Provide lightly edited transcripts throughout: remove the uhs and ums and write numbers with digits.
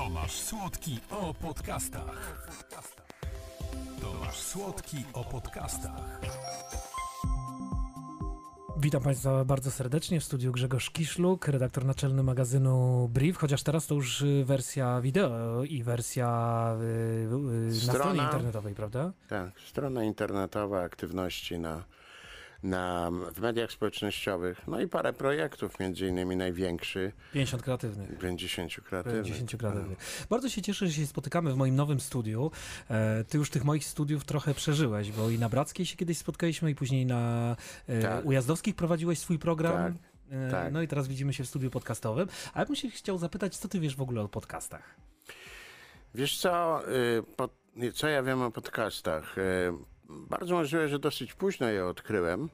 Tomasz Słodki o podcastach. Tomasz Słodki o podcastach. Witam Państwa bardzo serdecznie, w studiu Grzegorz Kiszluk, redaktor naczelny magazynu Brief, chociaż teraz to już wersja wideo i wersja na stronie internetowej, prawda? Tak, strona internetowa, aktywności w mediach społecznościowych, no i parę projektów, między innymi największy. 50 kreatywnych. 50 kreatywnych. 50 kreatywnych. Bardzo się cieszę, że się spotykamy w moim nowym studiu. Ty już tych moich studiów trochę przeżyłeś, bo i na Brackiej się kiedyś spotkaliśmy i później na Ujazdowskich prowadziłeś swój program. Tak. No i teraz widzimy się w studiu podcastowym. A ja bym się chciał zapytać, co ty wiesz w ogóle o podcastach? Wiesz co ja wiem o podcastach? Bardzo możliwe, że dosyć późno je odkryłem.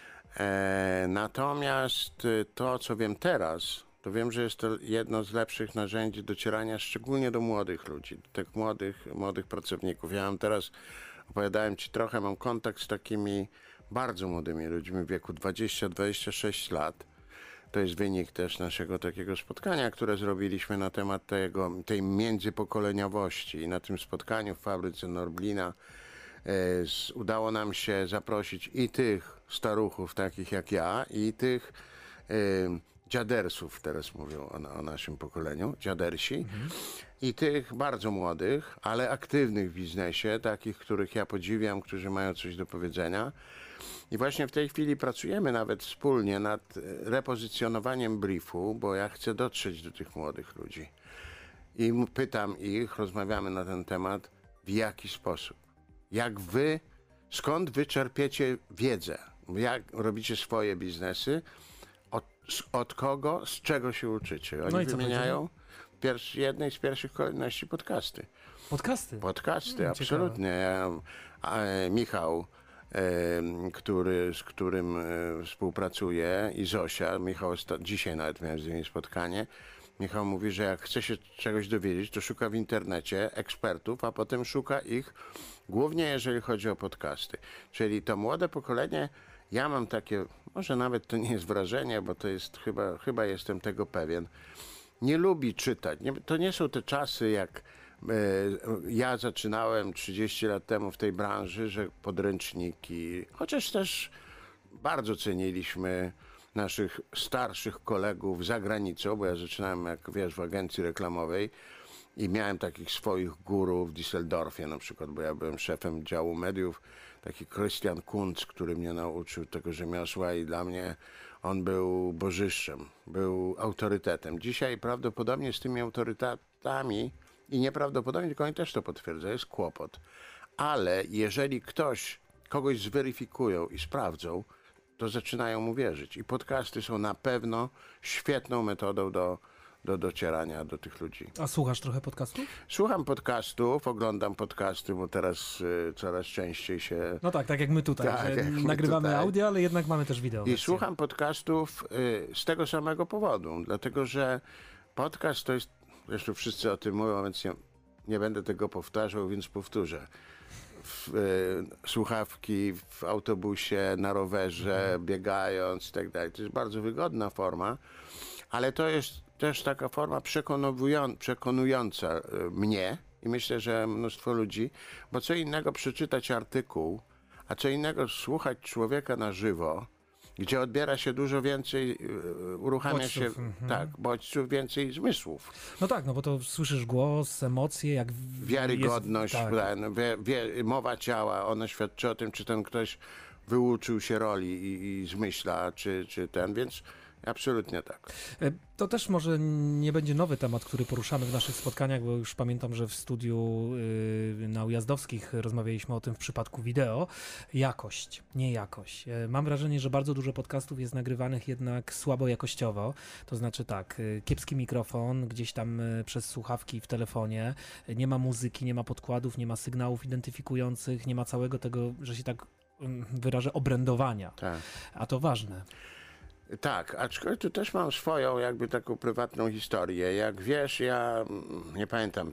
Natomiast to, co wiem teraz, to wiem, że jest to jedno z lepszych narzędzi docierania szczególnie do młodych ludzi, do tych młodych pracowników. Ja opowiadałem ci trochę, mam kontakt z takimi bardzo młodymi ludźmi w wieku 20-26 lat. To jest wynik też naszego takiego spotkania, które zrobiliśmy na temat tej międzypokoleniowości. I na tym spotkaniu w fabryce Norblina udało nam się zaprosić i tych staruchów takich jak ja, i tych dziadersów, teraz mówią o naszym pokoleniu, dziadersi, i tych bardzo młodych, ale aktywnych w biznesie, takich, których ja podziwiam, którzy mają coś do powiedzenia. I właśnie w tej chwili pracujemy nawet wspólnie nad repozycjonowaniem briefu, bo ja chcę dotrzeć do tych młodych ludzi. I pytam ich, rozmawiamy na ten temat, w jaki sposób. Skąd wy czerpiecie wiedzę? Jak robicie swoje biznesy? Od kogo? Z czego się uczycie? Oni wymieniają w jednej z pierwszych kolejności podcasty. Podcasty, absolutnie. Michał, z którym współpracuję, i Zosia, Michał, dzisiaj nawet miałem z nimi spotkanie. Michał mówi, że jak chce się czegoś dowiedzieć, to szuka w internecie ekspertów, a potem szuka ich głównie, jeżeli chodzi o podcasty. Czyli to młode pokolenie, ja mam takie, może nawet to nie jest wrażenie, bo to jest, chyba jestem tego pewien, nie lubi czytać. To nie są te czasy, jak ja zaczynałem 30 lat temu w tej branży, że podręczniki, chociaż też bardzo ceniliśmy naszych starszych kolegów za granicą, bo ja zaczynałem, jak wiesz, w agencji reklamowej i miałem takich swoich górów w Düsseldorfie na przykład, bo ja byłem szefem działu mediów, taki Christian Kunz, który mnie nauczył tego rzemiosła i dla mnie on był bożyszczem, był autorytetem. Dzisiaj prawdopodobnie z tymi autorytetami i nieprawdopodobnie, tylko oni też to potwierdzają, jest kłopot. Ale jeżeli kogoś zweryfikują i sprawdzą, to zaczynają mu wierzyć. I podcasty są na pewno świetną metodą do docierania do tych ludzi. A słuchasz trochę podcastów? Słucham podcastów, oglądam podcasty, bo teraz coraz częściej się... No tak jak my tutaj, że nagrywamy audio, ale jednak mamy też wideo. I słucham podcastów z tego samego powodu, dlatego że podcast to jest, zresztą wszyscy o tym mówią, więc nie będę tego powtarzał, więc powtórzę. Słuchawki w autobusie, na rowerze, biegając i tak dalej. To jest bardzo wygodna forma, ale to jest też taka forma przekonująca mnie i myślę, że mnóstwo ludzi, bo co innego przeczytać artykuł, a co innego słuchać człowieka na żywo, gdzie odbiera się dużo więcej, uruchamia bodźców, się bodźców, więcej zmysłów. No tak, no bo to słyszysz głos, emocje, jak wiarygodność, mowa ciała, ona świadczy o tym, czy ten ktoś wyuczył się roli i zmyśla, czy ten, więc absolutnie tak. To też może nie będzie nowy temat, który poruszamy w naszych spotkaniach, bo już pamiętam, że w studiu na Ujazdowskich rozmawialiśmy o tym w przypadku wideo. Jakość, nie jakość. Mam wrażenie, że bardzo dużo podcastów jest nagrywanych jednak słabo jakościowo. To znaczy tak, kiepski mikrofon, gdzieś tam przez słuchawki w telefonie, nie ma muzyki, nie ma podkładów, nie ma sygnałów identyfikujących, nie ma całego tego, że się tak wyrażę, obrędowania. Tak. A to ważne. Tak, aczkolwiek tu też mam swoją jakby taką prywatną historię. Jak wiesz, ja nie pamiętam,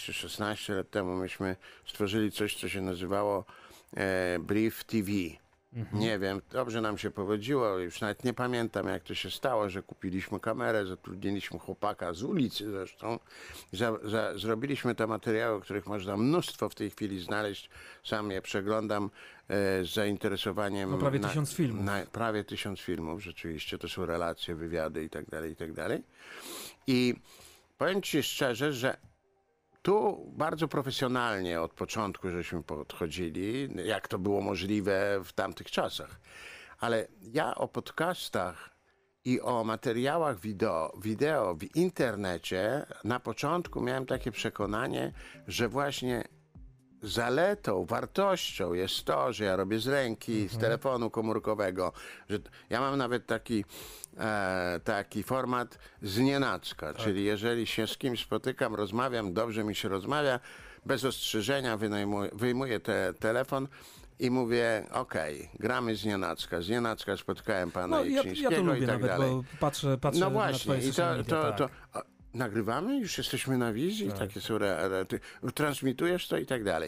15-16 lat temu myśmy stworzyli coś, co się nazywało Brief TV. Nie wiem, dobrze nam się powodziło, już nawet nie pamiętam, jak to się stało, że kupiliśmy kamerę, zatrudniliśmy chłopaka z ulicy zresztą, zrobiliśmy te materiały, których można mnóstwo w tej chwili znaleźć, sam je przeglądam z zainteresowaniem. No prawie 1000 filmów. Prawie 1000 filmów, rzeczywiście, to są relacje, wywiady i tak dalej, i tak dalej. I powiem ci szczerze, że tu bardzo profesjonalnie od początku żeśmy podchodzili, jak to było możliwe w tamtych czasach. Ale ja o podcastach i o materiałach wideo w internecie na początku miałem takie przekonanie, że właśnie zaletą, wartością jest to, że ja robię z ręki, z telefonu komórkowego, że ja mam nawet taki format znienacka, czyli jeżeli się z kimś spotykam, rozmawiam, dobrze mi się rozmawia, bez ostrzeżenia wyjmuję telefon i mówię, okej, gramy znienacka. Znienacka spotkałem pana Jecińskiego ja to lubię i tak nawet, dalej. bo patrzę No na właśnie, twoje i social media, tak. nagrywamy? Już jesteśmy na wizji? Tak. Takie są transmitujesz to i tak dalej.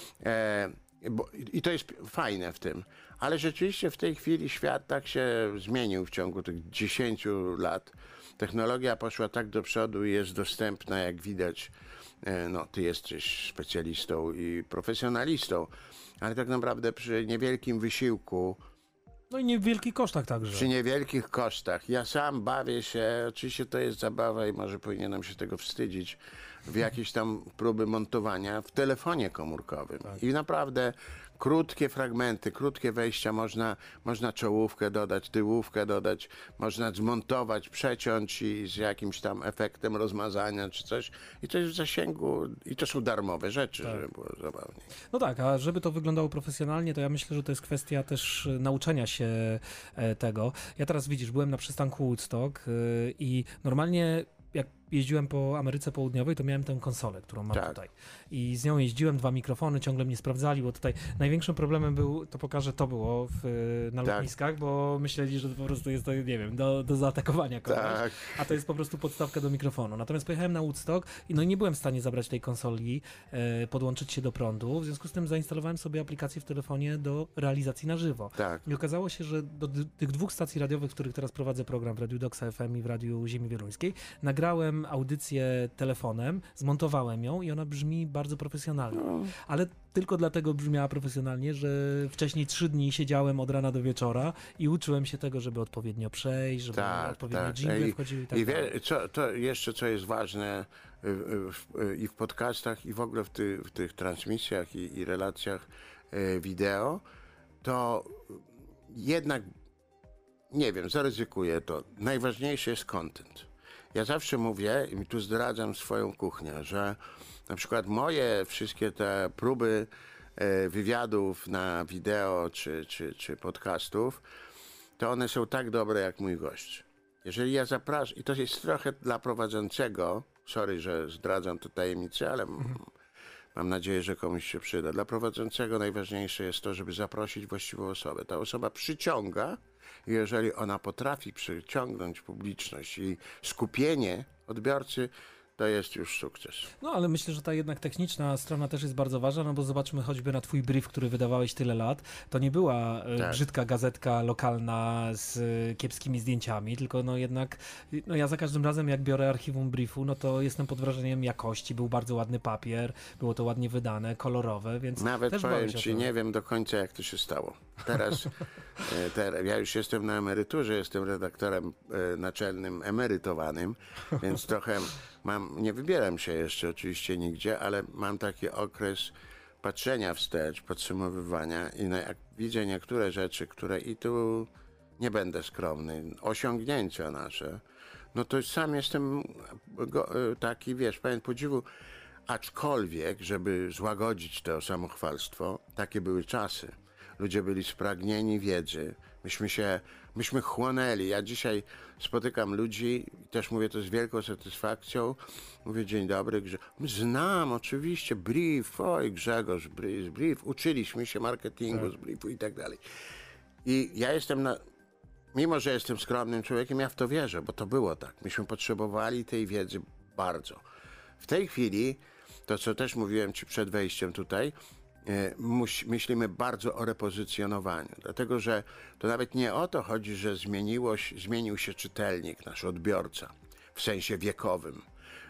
I to jest fajne w tym. Ale rzeczywiście w tej chwili świat tak się zmienił w ciągu tych 10 lat. Technologia poszła tak do przodu i jest dostępna, jak widać. No, ty jesteś specjalistą i profesjonalistą, ale tak naprawdę przy niewielkim wysiłku, No i niewielkich kosztach także. przy niewielkich kosztach. Ja sam bawię się, oczywiście to jest zabawa i może powinienem się tego wstydzić, w jakieś tam próby montowania w telefonie komórkowym. I naprawdę krótkie fragmenty, krótkie wejścia, można czołówkę dodać, tyłówkę dodać, można zmontować, przeciąć i z jakimś tam efektem rozmazania czy coś. I to jest w zasięgu, i to są darmowe rzeczy, żeby było zabawnie. No tak, a żeby to wyglądało profesjonalnie, to ja myślę, że to jest kwestia też nauczenia się tego. Ja teraz widzisz, byłem na przystanku Woodstock i normalnie jak jeździłem po Ameryce Południowej, to miałem tę konsolę, którą mam tutaj. I z nią jeździłem, 2 mikrofony, ciągle mnie sprawdzali, bo tutaj największym problemem był, to pokażę, to było na lotniskach, bo myśleli, że to po prostu jest to, nie wiem, do zaatakowania kogoś, a to jest po prostu podstawka do mikrofonu. Natomiast pojechałem na Woodstock i no nie byłem w stanie zabrać tej konsoli, podłączyć się do prądu, w związku z tym zainstalowałem sobie aplikację w telefonie do realizacji na żywo. I okazało się, że do tych 2 stacji radiowych, w których teraz prowadzę program w Radiu Doxa FM i w Radiu Ziemi Wieluńskiej, nagrałem audycję telefonem, zmontowałem ją i ona brzmi bardzo profesjonalnie. Ale tylko dlatego brzmiała profesjonalnie, że wcześniej 3 dni siedziałem od rana do wieczora i uczyłem się tego, żeby odpowiednio przejść, żeby odpowiednio dżingle wchodziły i tak dalej. To jeszcze co jest ważne i w podcastach, i w ogóle w tych transmisjach i relacjach wideo, to jednak, nie wiem, zaryzykuję to, najważniejszy jest content. Ja zawsze mówię, i tu zdradzam swoją kuchnię, że na przykład moje wszystkie te próby wywiadów na wideo czy podcastów, to one są tak dobre jak mój gość. Jeżeli ja zapraszam, i to jest trochę dla prowadzącego, sorry, że zdradzam tę tajemnicę, ale mam nadzieję, że komuś się przyda. Dla prowadzącego najważniejsze jest to, żeby zaprosić właściwą osobę. Ta osoba przyciąga, i jeżeli ona potrafi przyciągnąć publiczność i skupienie odbiorcy, to jest już sukces. No ale myślę, że ta jednak techniczna strona też jest bardzo ważna, no bo zobaczmy choćby na twój brief, który wydawałeś tyle lat. To nie była brzydka gazetka lokalna z kiepskimi zdjęciami, tylko no jednak, no ja za każdym razem jak biorę archiwum briefu, no to jestem pod wrażeniem jakości. Był bardzo ładny papier, było to ładnie wydane, kolorowe, więc nawet też powiem ci, nie wiem do końca jak to się stało. Teraz ja już jestem na emeryturze, jestem redaktorem naczelnym emerytowanym, więc trochę nie wybieram się jeszcze oczywiście nigdzie, ale mam taki okres patrzenia wstecz, podsumowywania i jak widzę niektóre rzeczy, które i tu nie będę skromny, osiągnięcia nasze, no to sam jestem taki, wiesz, pełen podziwu, aczkolwiek, żeby złagodzić to samochwalstwo, takie były czasy. Ludzie byli spragnieni wiedzy. Myśmy chłonęli. Ja dzisiaj spotykam ludzi i też mówię to z wielką satysfakcją. Mówię, dzień dobry, znam oczywiście brief, oj Grzegorz, brief. Uczyliśmy się marketingu z briefu i tak dalej. I ja jestem mimo że jestem skromnym człowiekiem, ja w to wierzę, bo to było tak. Myśmy potrzebowali tej wiedzy bardzo. W tej chwili, to co też mówiłem ci przed wejściem tutaj, myślimy bardzo o repozycjonowaniu, dlatego że to nawet nie o to chodzi, że zmienił się czytelnik, nasz odbiorca, w sensie wiekowym,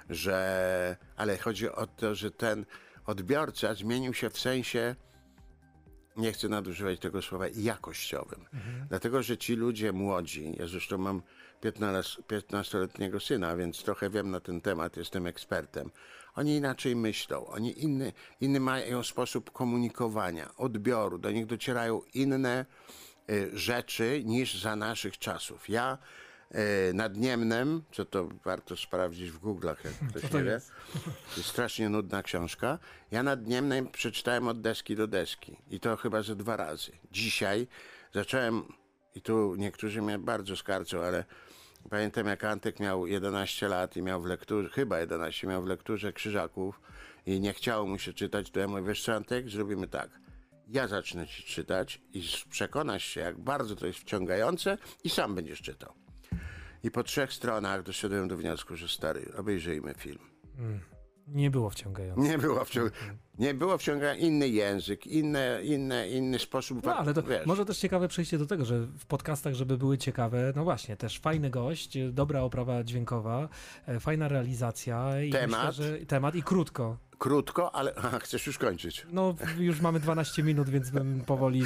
ale chodzi o to, że ten odbiorca zmienił się w sensie, nie chcę nadużywać tego słowa, jakościowym. Dlatego, że ci ludzie młodzi, ja zresztą mam 15-letniego syna, więc trochę wiem na ten temat, jestem ekspertem. Oni inaczej myślą, oni inny mają sposób komunikowania, odbioru, do nich docierają inne rzeczy niż za naszych czasów. Ja nad Niemnem, co to warto sprawdzić w Google'ach, jak ktoś nie wie, to jest strasznie nudna książka. Ja nad Niemnem przeczytałem od deski do deski i to chyba ze 2 razy. Dzisiaj zacząłem, i tu niektórzy mnie bardzo skarcą, ale pamiętam jak Antek miał 11 lat i miał w lekturze, chyba 11, miał w lekturze Krzyżaków i nie chciało mu się czytać, to ja mówię, wiesz co Antek, zrobimy tak. Ja zacznę ci czytać i przekonasz się, jak bardzo to jest wciągające i sam będziesz czytał. I po 3 stronach doszedłem do wniosku, że stary, obejrzyjmy film. Nie było wciągające. Nie było wciągające, inny język, inny sposób. No, ale to może też ciekawe przejście do tego, że w podcastach, żeby były ciekawe, no właśnie, też fajny gość, dobra oprawa dźwiękowa, fajna realizacja. I myślę, że temat i krótko. Krótko, ale chcesz już kończyć. No już mamy 12 minut, więc bym powoli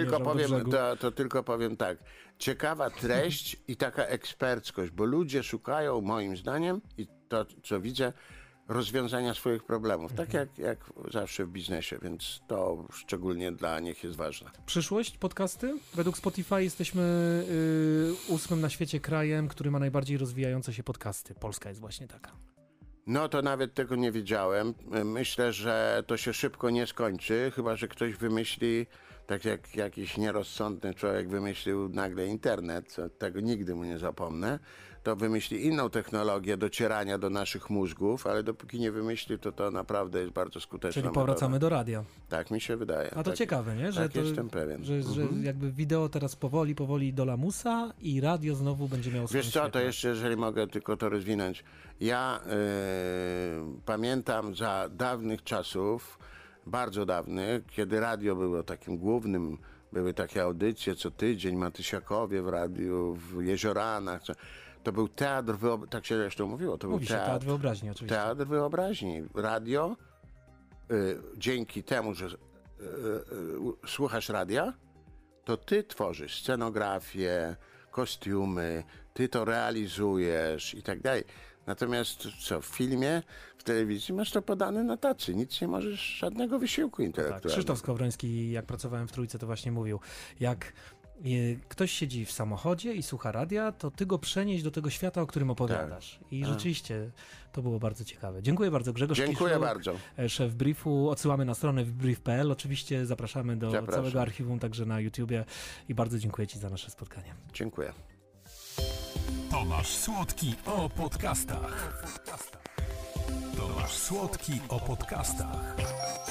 to tylko powiem tak. Ciekawa treść i taka eksperckość, bo ludzie szukają moim zdaniem i to, co widzę, rozwiązania swoich problemów. Tak jak zawsze w biznesie, więc to szczególnie dla nich jest ważne. Przyszłość podcasty? Według Spotify jesteśmy 8. na świecie krajem, który ma najbardziej rozwijające się podcasty. Polska jest właśnie taka. No to nawet tego nie wiedziałem. Myślę, że to się szybko nie skończy, chyba że ktoś wymyśli, tak jak jakiś nierozsądny człowiek wymyślił nagle internet, tego nigdy mu nie zapomnę, to wymyśli inną technologię docierania do naszych mózgów, ale dopóki nie wymyśli, to naprawdę jest bardzo skuteczna Czyli powracamy metoda. do radia. Tak mi się wydaje. A to ciekawe, nie? Że tak, jestem pewien. Że jakby wideo teraz powoli do lamusa i radio znowu będzie miało swoją Wiesz co, to jeszcze, jeżeli mogę tylko to rozwinąć. Ja pamiętam za dawnych czasów, bardzo dawnych, kiedy radio było takim głównym, były takie audycje co tydzień, Matysiakowie w radiu, w Jezioranach. To był teatr wyobraźni, tak się zresztą mówiło. To Mówi był się teatr wyobraźni oczywiście. Teatr wyobraźni. Radio, dzięki temu, że słuchasz radia, to ty tworzysz scenografię, kostiumy, ty to realizujesz i tak dalej. Natomiast w filmie, w telewizji masz to podane na tacy, nic nie możesz, żadnego wysiłku intelektualnego. Tak, Krzysztof Skowroński, jak pracowałem w Trójce, to właśnie mówił, jak ktoś siedzi w samochodzie i słucha radia, to ty go przenieś do tego świata, o którym opowiadasz. I rzeczywiście to było bardzo ciekawe. Dziękuję bardzo. Grzegorz Dziękuję bardzo. Szef Briefu. Odsyłamy na stronę brief.pl. Oczywiście zapraszamy do całego archiwum, także na YouTubie i bardzo dziękuję ci za nasze spotkanie. Dziękuję. Tomasz Słodki o podcastach. Tomasz Słodki o podcastach.